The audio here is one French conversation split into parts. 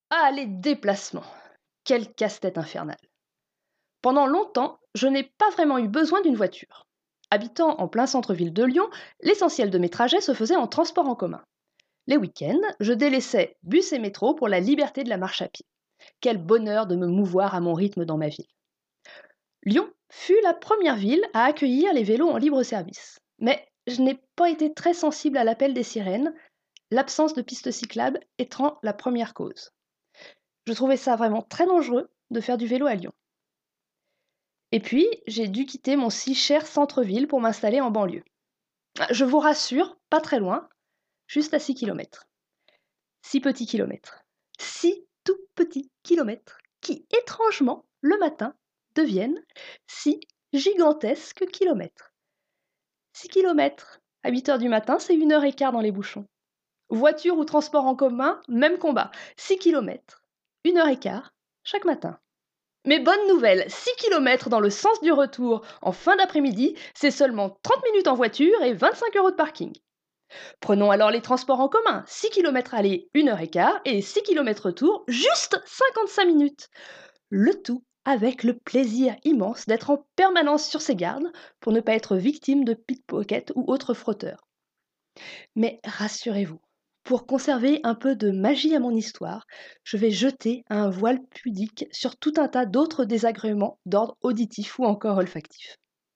Ah, les déplacements! Quel casse-tête infernal! Pendant longtemps, je n'ai pas vraiment eu besoin d'une voiture. Habitant en plein centre-ville de Lyon, l'essentiel de mes trajets se faisait en transport en commun. Les week-ends, je délaissais bus et métro pour la liberté de la marche à pied. Quel bonheur de me mouvoir à mon rythme dans ma ville. Lyon fut la première ville à accueillir les vélos en libre service. Mais je n'ai pas été très sensible à l'appel des sirènes, l'absence de pistes cyclables étant la première cause. Je trouvais ça vraiment très dangereux de faire du vélo à Lyon. Et puis, j'ai dû quitter mon si cher centre-ville pour m'installer en banlieue. Je vous rassure, pas très loin, juste à 6 kilomètres. 6 petits kilomètres. 6 tout petits kilomètres qui, étrangement, le matin, deviennent 6 gigantesques kilomètres. 6 kilomètres à 8 heures du matin, c'est 1 h 15 dans les bouchons. Voiture ou transport en commun, même combat. 6 kilomètres, 1 h 15 chaque matin. Mais bonne nouvelle, 6 kilomètres dans le sens du retour en fin d'après-midi, c'est seulement 30 minutes en voiture et 25 € de parking. Prenons alors les transports en commun, 6 kilomètres aller, 1 h 15 et 6 kilomètres retour, juste 55 minutes. Le tout avec le plaisir immense d'être en permanence sur ses gardes pour ne pas être victime de pickpockets ou autres frotteurs. Mais rassurez-vous, pour conserver un peu de magie à mon histoire, je vais jeter un voile pudique sur tout un tas d'autres désagréments d'ordre auditif ou encore olfactif.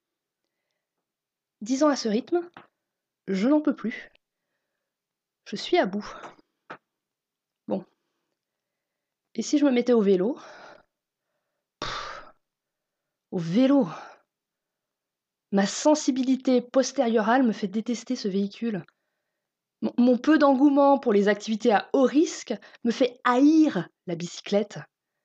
10 ans à ce rythme, je n'en peux plus. Je suis à bout. Bon. Et si je me mettais au vélo? Au vélo! Ma sensibilité postérieurale me fait détester ce véhicule. Mon peu d'engouement pour les activités à haut risque me fait haïr la bicyclette.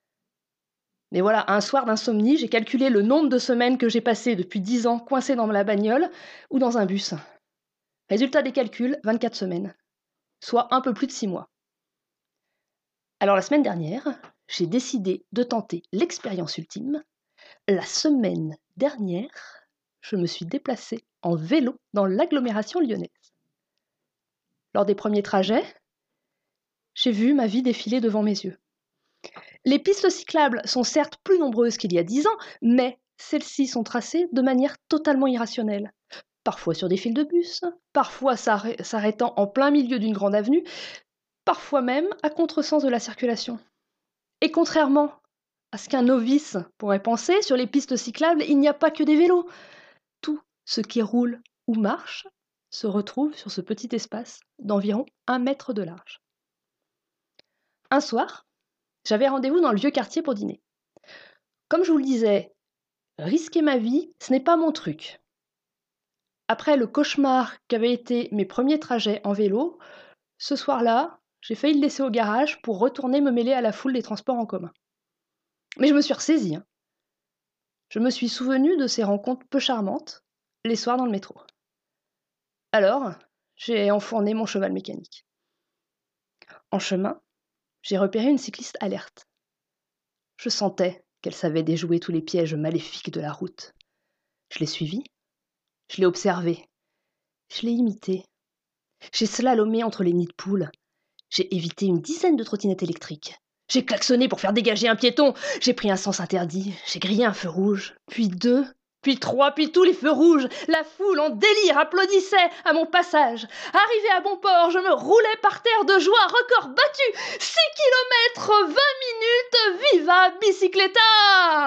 Mais voilà, un soir d'insomnie, j'ai calculé le nombre de semaines que j'ai passées depuis 10 ans coincée dans la bagnole ou dans un bus. Résultat des calculs, 24 semaines, soit un peu plus de 6 mois. Alors la semaine dernière, j'ai décidé de tenter l'expérience ultime. La semaine dernière, je me suis déplacée en vélo dans l'agglomération lyonnaise. Lors des premiers trajets, j'ai vu ma vie défiler devant mes yeux. Les pistes cyclables sont certes plus nombreuses qu'il y a 10 ans, mais celles-ci sont tracées de manière totalement irrationnelle. Parfois sur des fils de bus, parfois s'arrêtant en plein milieu d'une grande avenue, parfois même à contresens de la circulation. Et contrairement à ce qu'un novice pourrait penser, sur les pistes cyclables, il n'y a pas que des vélos. Tout ce qui roule ou marche se retrouve sur ce petit espace d'environ 1 mètre de large. Un soir, j'avais rendez-vous dans le vieux quartier pour dîner. Comme je vous le disais, risquer ma vie, ce n'est pas mon truc. Après le cauchemar qu'avaient été mes premiers trajets en vélo, ce soir-là, j'ai failli le laisser au garage pour retourner me mêler à la foule des transports en commun. Mais je me suis ressaisie. Je me suis souvenue de ces rencontres peu charmantes, les soirs dans le métro. Alors, j'ai enfourné mon cheval mécanique. En chemin, j'ai repéré une cycliste alerte. Je sentais qu'elle savait déjouer tous les pièges maléfiques de la route. Je l'ai suivie, je l'ai observée, je l'ai imitée. J'ai slalomé entre les nids de poules. J'ai évité une dizaine de trottinettes électriques. J'ai klaxonné pour faire dégager un piéton. J'ai pris un sens interdit. J'ai grillé un feu rouge, puis 2, puis 3, puis tous les feux rouges. La foule en délire applaudissait à mon passage. Arrivé à bon port, je me roulais par terre de joie. Record battu, 6 kilomètres, 20 minutes, viva bicicletta!